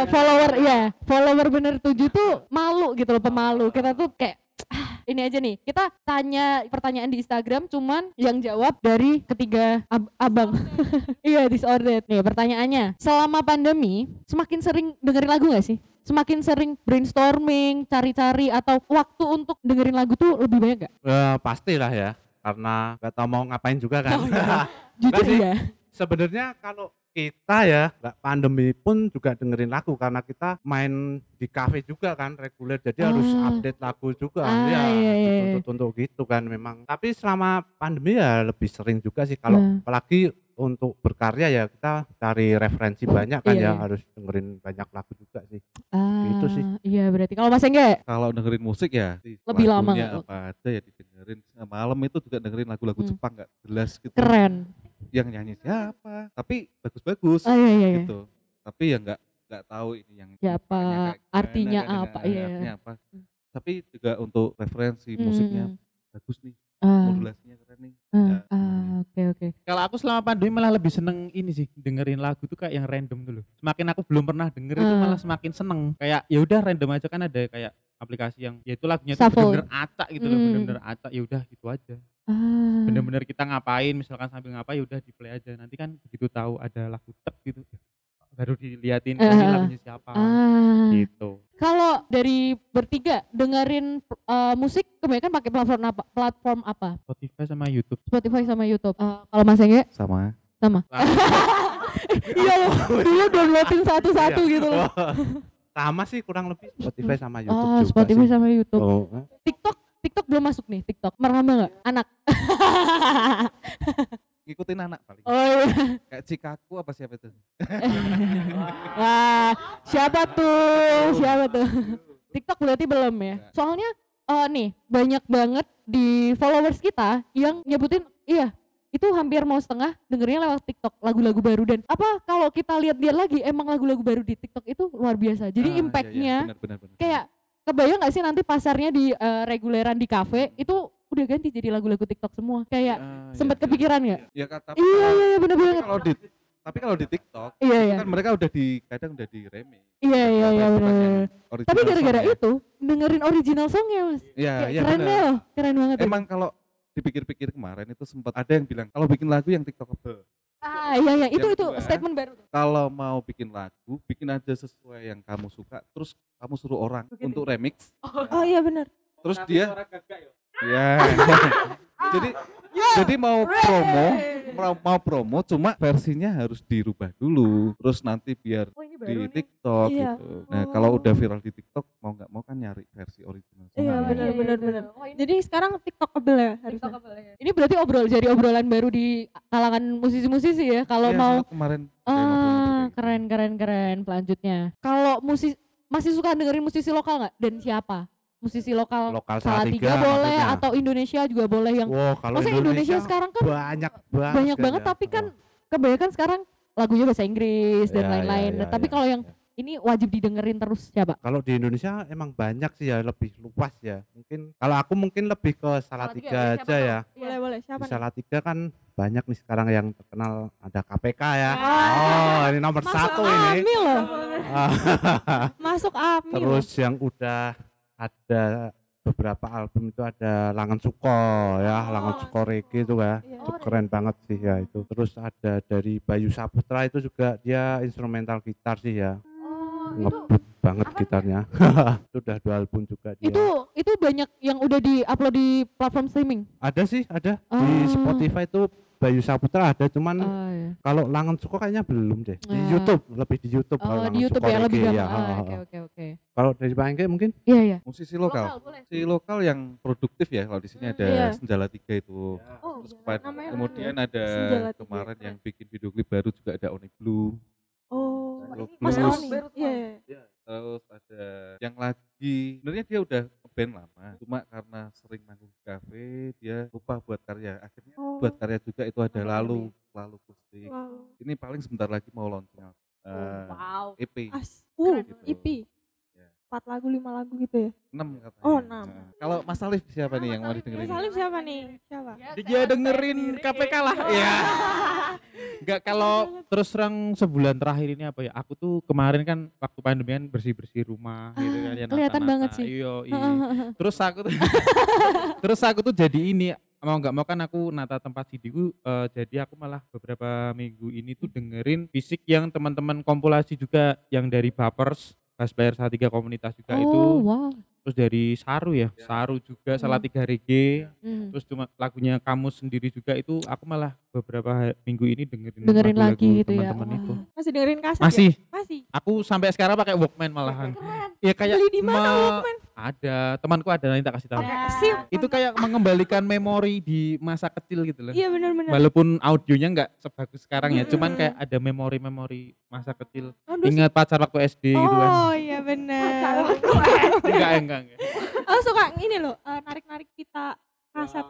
follower bener 7 tuh malu gitu loh, pemalu. Kita tuh kayak ini aja nih, kita tanya pertanyaan di Instagram, cuman yang jawab dari ketiga abang. Iya, disordered. Nih pertanyaannya, selama pandemi semakin sering dengerin lagu gak sih? Semakin sering brainstorming, cari-cari, atau waktu untuk dengerin lagu tuh lebih banyak gak? Pastilah ya, karena nggak tahu mau ngapain juga kan. Jujur sih. ya. Sebenarnya kalau kita ya nggak pandemi pun juga dengerin lagu karena kita main di kafe juga kan reguler, jadi harus update lagu juga ya, iya. dituntut untuk gitu kan memang. Tapi selama pandemi ya lebih sering juga sih kalau apalagi untuk berkarya ya kita cari referensi banyak kan Iya, ya, iya. harus dengerin banyak lagu juga sih. Gitu sih. Iya, berarti kalau Mas Engge Kalau dengerin musik ya Lebih lama lagunya nggak? apa aja ya didengerin. Malam itu juga dengerin lagu-lagu Jepang nggak jelas gitu. keren. Yang nyanyi siapa? Tapi bagus-bagus Oh iya. gitu. Tapi ya nggak tahu ini yang Siapa, nyanyinya kayak gimana, artinya kan, apa, iya. artinya apa. Tapi juga untuk referensi musiknya bagus nih, modulasinya keren nih. Ya, sebenarnya. Oke. Kalau aku selama pandemi malah lebih seneng ini sih, dengerin lagu tuh kayak yang random dulu. Semakin aku belum pernah denger itu malah semakin seneng. Kayak ya udah random aja, kan ada kayak aplikasi yang ya itu lagunya tuh Shuffle. bener-bener acak gitu loh, bener-bener acak, ya udah gitu aja. Bener-bener kita ngapain, misalkan sambil ngapain ya udah di play aja. Nanti kan begitu tahu ada lagu tek gitu, baru diliatin ini lagunya siapa gitu. Kalau dari bertiga dengerin musik kebanyakan pakai platform apa? Spotify sama YouTube. Spotify sama YouTube. Kalau Mas Engge Sama. sama. Iya loh, dulu downloadin satu-satu gitu loh. Sama sih kurang lebih Spotify sama YouTube juga Spotify sih. sama YouTube. Oh. TikTok belum masuk nih, TikTok. Merambah nggak? Anak. Ngikutin anak paling. Oh iya. Kayak Cikaku apa siapa itu? Wah, siapa tuh? TikTok berarti belum ya? Soalnya nih banyak banget di followers kita yang nyebutin iya itu hampir mau setengah dengerinnya lewat TikTok lagu-lagu baru, dan apa kalau kita lihat-lihat lagi emang lagu-lagu baru di TikTok itu luar biasa. Jadi impactnya Benar. kayak kebayang nggak sih nanti pasarnya di reguleran di kafe itu udah ganti jadi lagu-lagu TikTok semua. Kayak sempat kepikiran nggak? Ya kata. Iya bener banget. Tapi kalau di TikTok Iya. itu kan mereka kadang udah di remake. Iya bener. Original Tapi gara-gara song ya. itu dengerin original songnya Mas. Iya, Kayak iya keren benar. deh loh, keren banget. Emang kalau dipikir-pikir kemarin itu sempat ada yang bilang kalau bikin lagu yang TikTokable. Iya itu Yang kedua, statement baru. Kalau mau bikin lagu, bikin aja sesuai yang kamu suka, terus kamu suruh orang untuk remix. Oh iya benar. Terus dia ya. jadi mau promo cuma versinya harus dirubah dulu. Terus nanti biar di TikTok Iya. gitu. Nah, kalau udah viral di TikTok mau nggak mau kan nyari versi original. Iya, semua. benar. Oh, ini Jadi sekarang TikTokable ya harusnya. TikTokable ya. Ini berarti jadi obrolan baru di kalangan musisi-musisi ya kalau Iya, mau. sempat kemarin ada yang ngobrol kayak gitu. Keren. Selanjutnya, kalau masih suka dengerin musisi lokal nggak? Dan siapa? Musisi lokal Salatiga boleh maksudnya. atau Indonesia juga boleh yang. Wow, kalau Maksudnya Indonesia sekarang kan banyak banget ya. tapi kan kebanyakan sekarang lagunya bahasa Inggris dan Ya, lain-lain. ya, Tapi ya, kalau yang ya. ini wajib didengerin terus siapa? Kalau di Indonesia emang banyak sih ya, lebih luas ya. Mungkin kalau aku mungkin lebih ke Salatiga aja ya. Boleh. Siapa Di nih? Salatiga kan banyak nih sekarang yang terkenal, ada KPK ya. Ah. Oh, ini nomor Masuk satu ini. AMI loh. Masuk AMI loh. Terus yang udah ada beberapa album itu ada Langan Suko ya, Langan Suko Reggae itu ya. Iya. Itu keren banget sih ya itu. Terus ada dari Bayu Saputra, itu juga dia instrumental gitar sih ya. Ngebut banget gitarnya. Itu udah 2 album juga dia. Itu banyak yang udah di-upload di platform streaming. Ada sih, ada di Spotify itu Bayu Saputra ada, cuman Iya. kalau Langan Suko kayaknya belum deh. Di Ah. YouTube, lebih di YouTube kalau Oh, Langan di YouTube Suko ya lebih Reggae, gampang. Oke. Kalau dari Pak Engke mungkin Iya. Musisi lokal. boleh. Musisi lokal yang produktif ya, kalau di sini ada Iya. Senjala 3 itu. Oh, Terus namanya kemudian apa? ada Senjala 3. kemarin yang bikin video klip baru juga ada Onyx Blue. Oh, Terus Mas Blues. Oni. Iya. Terus ada yang lagi, sebenarnya dia udah band lama, cuma karena sering manggung di kafe dia lupa buat karya, akhirnya Oh. buat karya juga. Itu ada Oh, lalu Kustik. Wow. Ini paling sebentar lagi mau launching Wow. EP Keren. Gitu. EP. Ya. 4 lagu, 5 lagu gitu ya. 6 katanya. Oh, 6. Nah, kalau Mas Alif siapa nih yang mau didengerin? Mas Salim siapa nih? Siapa? Dia dengerin KPK lah. Ya. Enggak, kalau terus terang sebulan terakhir ini apa ya? Aku tuh kemarin kan waktu pandemi kan bersih-bersih rumah gitu kan ya. Kelihatan nata-nata. banget sih. Iya. Terus aku tuh jadi ini, mau nggak mau kan aku nata tempat CD-ku, jadi aku malah beberapa minggu ini tuh dengerin fisik yang teman-teman kompilasi juga, yang dari Bappers, Bass Player Salatiga Komunitas juga itu. Wow. Terus dari Saru ya, Saru juga Salatiga Reggae. Hmm. Terus cuma lagunya kamu sendiri juga itu aku malah beberapa minggu ini dengerin Dengerin lagu-lagu lagi gitu ya. teman-teman itu. Masih dengerin kaset Masih, ya? Masih. aku sampai sekarang pakai Walkman malahan. Ya kayak Beli di mana Walkman? ada, temanku ada, nanti tak kasih tahu. Sip. Itu kayak mengembalikan memori di masa kecil gitu loh. Iya benar-benar. Walaupun audionya nggak sebagus sekarang ya, cuman kayak ada memori-memori masa kecil. Aduh, Ingat pacar waktu SD gitu kan. oh iya benar. Enggak. Aku suka ini loh, narik-narik pita kaset.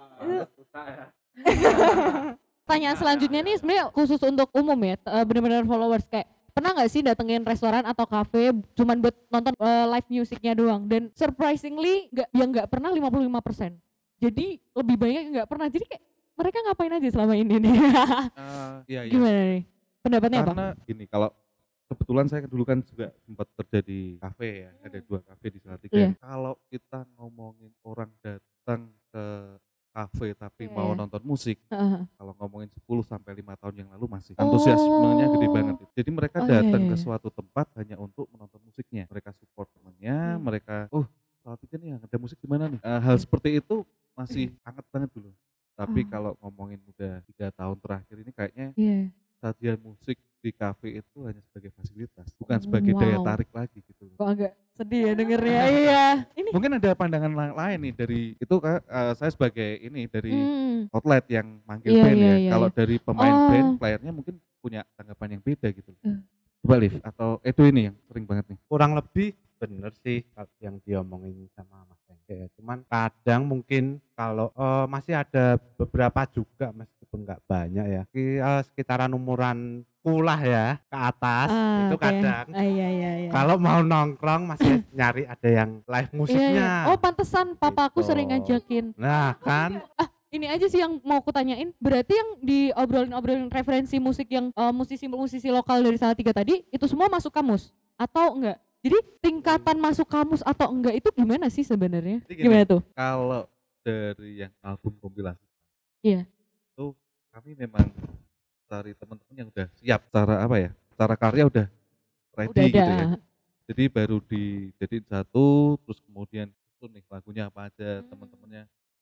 Pertanyaan selanjutnya nih sebenarnya khusus untuk umum ya, benar-benar followers, kayak pernah nggak sih datengin restoran atau kafe cuman buat nonton live musiknya doang, dan surprisingly nggak pernah 55%. Jadi lebih banyak yang nggak pernah. Jadi kayak mereka ngapain aja selama ini nih? Iya. Gimana nih? Pendapatnya apa? Karena gini, kalau kebetulan saya dulu kan juga sempat kerja di kafe ya, ada 2 kafe di Salatiga. Iya. Kalau kita ngomongin orang datang ke kafe tapi Iya, mau iya. nonton musik, Heeh. kalau ngomongin 10 sampai 5 tahun yang lalu masih antusiasmenya gede banget. Jadi mereka Oh, iya, datang iya, ke iya. suatu tempat hanya untuk menonton musiknya. Mereka support temennya, mereka Salatiga nih ada musik di mana nih? Hal seperti itu masih hangat banget dulu. Tapi Oh. kalau ngomongin udah 3 tahun terakhir ini kayaknya Iya. sajian musik di kafe itu hanya sebagai fasilitas, bukan sebagai daya Wow. tarik lagi gitu. Kok agak sedih ya dengernya. Iya. Mungkin ada pandangan lain nih dari itu saya sebagai ini dari outlet yang manggil Iya, band iya, ya. iya, Kalau iya. dari pemain Oh. band, playernya mungkin punya tanggapan yang beda gitu. Hmm. Coba Liv atau Edo ini yang sering banget nih. kurang lebih bener sih yang diomongin sama Mas Engke ya. Cuman kadang mungkin kalau masih ada beberapa juga, meskipun nggak banyak ya, sekitaran umuran kulah ya ke atas itu Oke. kadang Iya. kalau mau nongkrong masih nyari ada yang live musiknya. Iya. Oh pantesan papaku Gitu. sering ngajakin. Nah kan Ini aja sih yang mau aku tanyain, berarti yang diobrolin referensi musik yang musisi-musisi lokal dari Salatiga tadi itu semua masuk kamus atau enggak? Jadi tingkatan masuk kamus atau enggak itu gimana sih sebenarnya? Jadi gini, Gimana tuh? Kalau dari yang album kompilasi, Iya. itu kami memang cari teman-teman yang udah siap secara apa ya, secara karya udah ready Udah gitu ada. ya. Jadi baru dijadiin satu, terus kemudian itu nih lagunya apa aja, teman-temannya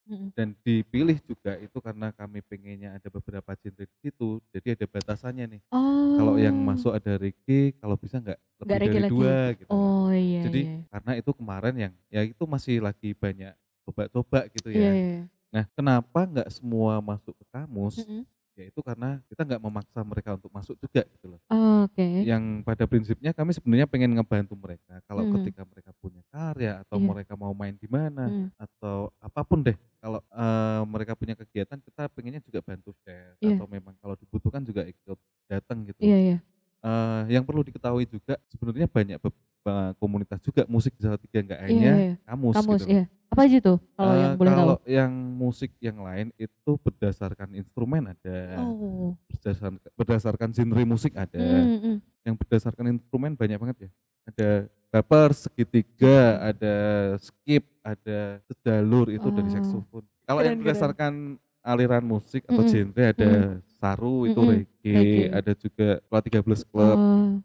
Dan dipilih juga itu karena kami pengennya ada beberapa genre di situ, jadi ada batasannya nih. Kalau yang masuk ada reggae, kalau bisa nggak lebih Nggak reggae dari lagi. 2 gitu. Oh iya. Jadi iya. karena itu kemarin yang ya itu masih lagi banyak coba-coba gitu Iya, ya. iya. Nah, kenapa nggak semua masuk ke kamus? Mm-mm. Ya itu karena kita nggak memaksa mereka untuk masuk juga gitu loh. Oke. Yang pada prinsipnya kami sebenarnya pengen ngebantu mereka kalau Mhm. ketika mereka punya karya atau Iya. mereka mau main di mana Mm. atau apapun deh. Kalau mereka punya kegiatan kita pengennya juga bantu share Iya. atau memang kalau dibutuhkan juga ikut datang gitu. Iya, iya. Yang perlu diketahui juga sebenarnya banyak komunitas juga musik di Salatiga nggak Iya, hanya iya. kamus Kamus, gitu loh. iya. Apa aja tuh kalau yang boleh tahu? Kalau yang musik yang lain itu berdasarkan instrumen ada, Oh. berdasarkan genre musik ada, Mm. yang berdasarkan instrumen banyak banget ya. Ada dapper, segitiga, ada skip, ada sejalur itu dari Oh. saxophone. Kalau yang Keren, berdasarkan aliran musik atau Mm-mm. genre ada saru itu Mm-mm. reggae, Reggae. ada juga Kelas 13 Club, Oh.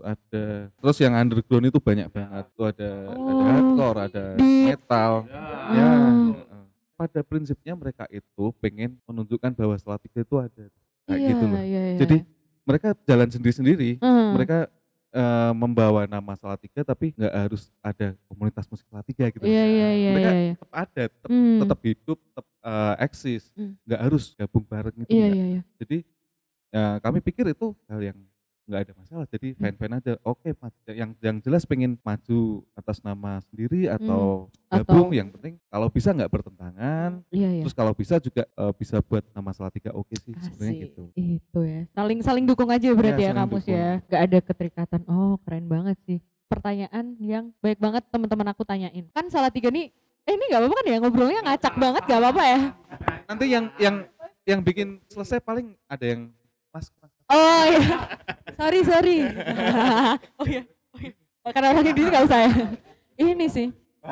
terus yang underground itu banyak banget. Itu ada Oh. hardcore, ada Di- metal. Ya. Ya, Ah. heeh. Pada prinsipnya mereka itu pengen menunjukkan bahwa Salatiga itu ada kayak Iya, gitu loh. iya, iya. Jadi mereka jalan sendiri-sendiri, Hmm. mereka membawa nama Salatiga tapi nggak harus ada komunitas musik Salatiga gitu. Iya, iya, iya, Mereka iya, iya. tetap ada, Hmm. tetap hidup, tetap eksis, Hmm. nggak harus gabung bareng gitu. Iya, nggak. iya, iya. Jadi kami pikir itu hal yang nggak ada masalah. Jadi fan-fan aja. Oke, yang jelas pengen maju atas nama sendiri atau gabung. Atau- Yang penting kalau bisa nggak bertentangan. Iya, iya. Terus kalau bisa juga bisa buat nama Salatiga oke sih sebenarnya Asik. gitu. Itu ya. Saling dukung aja berarti Iya, ya saling kamus dukung. ya. Gak ada keterikatan. Oh, keren banget sih. Pertanyaan yang baik banget teman-teman aku tanyain. Kan Salatiga nih ini gak apa-apa kan ya ngobrolnya ngacak banget gak apa-apa ya? Nanti yang bikin selesai paling ada yang mas. Oh iya. Sorry. Oh iya. Karena orangnya di sini gak usah ya. Ini sih.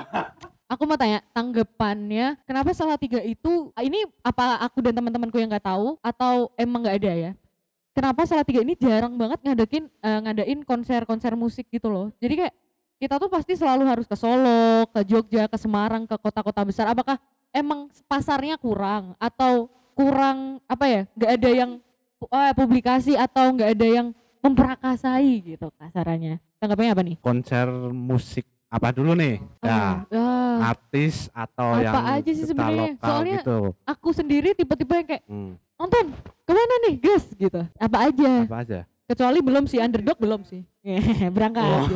Aku mau tanya tanggapannya kenapa Salatiga itu ini apa aku dan teman-temanku yang nggak tahu atau emang nggak ada ya? Kenapa Salatiga ini jarang banget ngadain konser-konser musik gitu loh. Jadi kayak kita tuh pasti selalu harus ke Solo, ke Jogja, ke Semarang, ke kota-kota besar. Apakah emang pasarnya kurang atau kurang apa ya? Nggak ada yang publikasi atau nggak ada yang memperakasai gitu kasarannya. Tanggapannya apa nih? Konser musik apa dulu nih? Ya, artis atau Apa yang aja sih kita sebenarnya? lokal Soalnya gitu. aku sendiri tipe-tipe yang kayak Hmm, nonton kemana nih guys gitu. Apa aja? apa aja? Kecuali belum sih underdog belum sih. Berangkat. Gitu.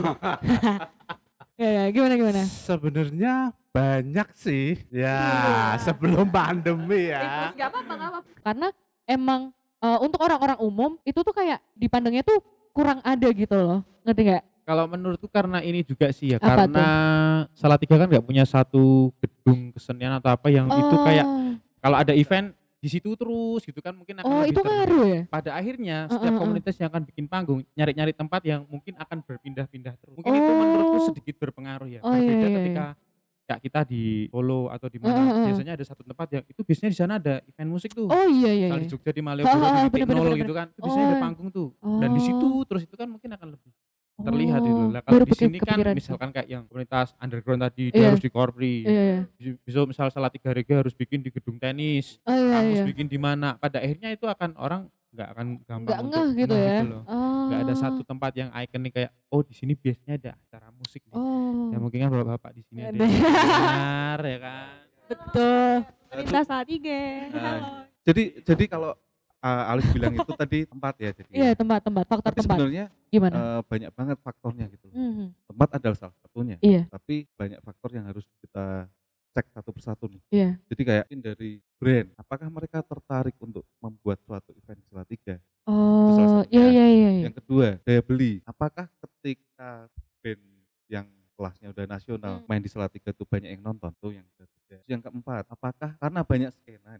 Ya, gimana? Sebenarnya banyak sih. Ya, sebelum pandemi ya. Gak apa-apa. Karena emang untuk orang-orang umum itu tuh kayak dipandangnya tuh kurang ada gitu loh. Ngerti gak? Kalau menurutku karena ini juga sih ya, Apa karena Salatiga kan nggak punya satu gedung kesenian atau apa yang itu kayak kalau ada event di situ terus gitu kan mungkin akan Oh, lebih itu ngaruh ya? pada akhirnya setiap komunitas yang akan bikin panggung nyari-nyari tempat yang mungkin akan berpindah-pindah terus. Mungkin itu menurutku sedikit berpengaruh ya. Oh, iya, Berbeda iya, ketika kayak kita di Solo atau di mana biasanya ada satu tempat yang itu biasanya di sana ada event musik tuh. Oh iya. Misalnya di Jogja di Malioboro di titik bener, nol bener. gitu kan. Itu biasanya ada Oh. panggung tuh. Dan di situ terus itu kan mungkin akan lebih terlihat gitu. Oh, Lah kalau baru di sini kan kepikiran sih. misalkan kayak yang komunitas underground tadi dia Iya. harus di Korpri. Iya. Bisa misal Salatiga Reggae harus bikin di gedung tenis. Oh iya. Kamus Iya. bikin di mana. Pada akhirnya itu akan orang nggak akan gampang Nggak untuk ngeh gitu ya? loh. Oh. Nggak ada satu tempat yang ikonik kayak oh di sini biasanya ada acara musik nih. Oh. Ya mungkin kan bapak-bapak di sini ada Ada. yang benar ya kan. Betul. Cerita Salatiga. Nah, jadi kalau Alif bilang itu tadi tempat ya jadi. Iya tempat faktor Tapi tempat. sebenarnya Gimana? banyak banget faktornya gitu. Mhm. Tempat adalah salah satunya. Iya. Tapi banyak faktor yang harus kita cek satu persatu nih. Iya. Jadi kayak dari brand, apakah mereka tertarik untuk membuat suatu event di Salatiga? Oh satunya. iya. Yang kedua, daya beli. Apakah ketika band yang kelasnya udah nasional main di Salatiga tuh banyak yang nonton tuh yang ketiga. Yang keempat, apakah karena banyak skena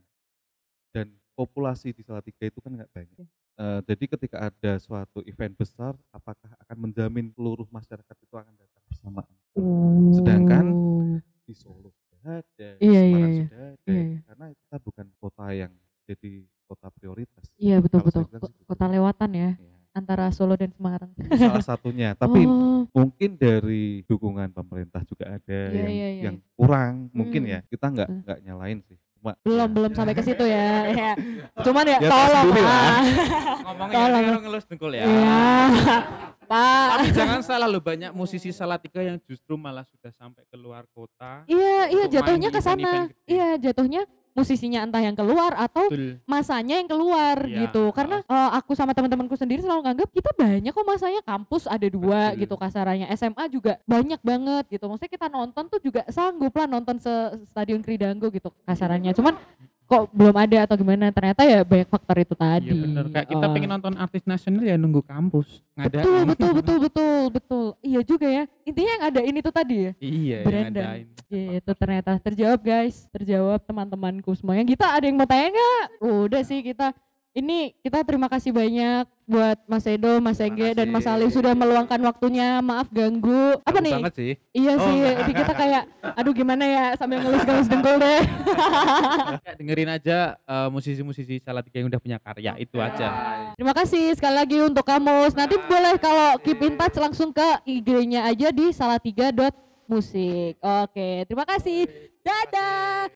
dan populasi di Salatiga itu kan nggak banyak. Jadi ketika ada suatu event besar, apakah akan menjamin seluruh masyarakat itu akan datang bersamaan? Sedangkan di Solo sudah ada, di Iya, Semarang iya, sudah ada, iya. karena kita bukan kota yang jadi kota prioritas. Iya betul. Kalau saya bilang sih gitu. Kota lewatan ya Ya, antara Solo dan Semarang. itu salah satunya. Tapi Oh, mungkin dari dukungan pemerintah juga ada Iya, iya. yang kurang, mungkin Hmm. ya. Kita nggak nyalain sih. cuma Belum sampai ke situ ya. Ya. Cuman ya Ya, tolong sendiri lah. lah. Ngomongnya Tolong. ngelus dengkul ya. Iya. Pak. Tapi jangan salah loh, banyak musisi Salatiga yang justru malah sudah sampai keluar kota. Iya, untuk jatuhnya main ke di sana. event-event gede. Iya, jatuhnya musisinya entah yang keluar atau Betul. masanya yang keluar Iya, gitu. Karena aku sama teman-temanku sendiri selalu nganggap kita banyak kok masanya, kampus ada 2 Betul. gitu kasarannya. SMA juga banyak banget gitu. Maksudnya kita nonton tuh juga sanggup lah nonton stadion Kridango gitu kasarannya. Cuman kok belum ada atau gimana, ternyata ya banyak faktor itu tadi. Iya benar. Kayak kita pengen nonton artis nasional ya nunggu kampus. Betul, Ngadain. betul. Iya juga ya. Intinya yang ada ini tuh tadi ya. Iya, yang Brandon. ngadain. Gitu ternyata terjawab guys, terjawab teman-temanku semuanya. Kita ada yang mau tanya nggak? Udah sih kita terima kasih banyak buat Mas Edo, Mas Engge dan Mas Alif sudah meluangkan waktunya. Maaf ganggu. Apa nih? Banget sih. Iya Oh, sih, enggak. di kita kayak aduh gimana ya sambil ngelus-ngelus dengkul deh. Kayak dengerin aja musisi-musisi Salatiga yang udah punya karya itu aja. Terima kasih sekali lagi untuk kamus. Nanti boleh kalau keep in touch langsung ke IG-nya aja di salatiga.musik. Oke, terima kasih. Dadah.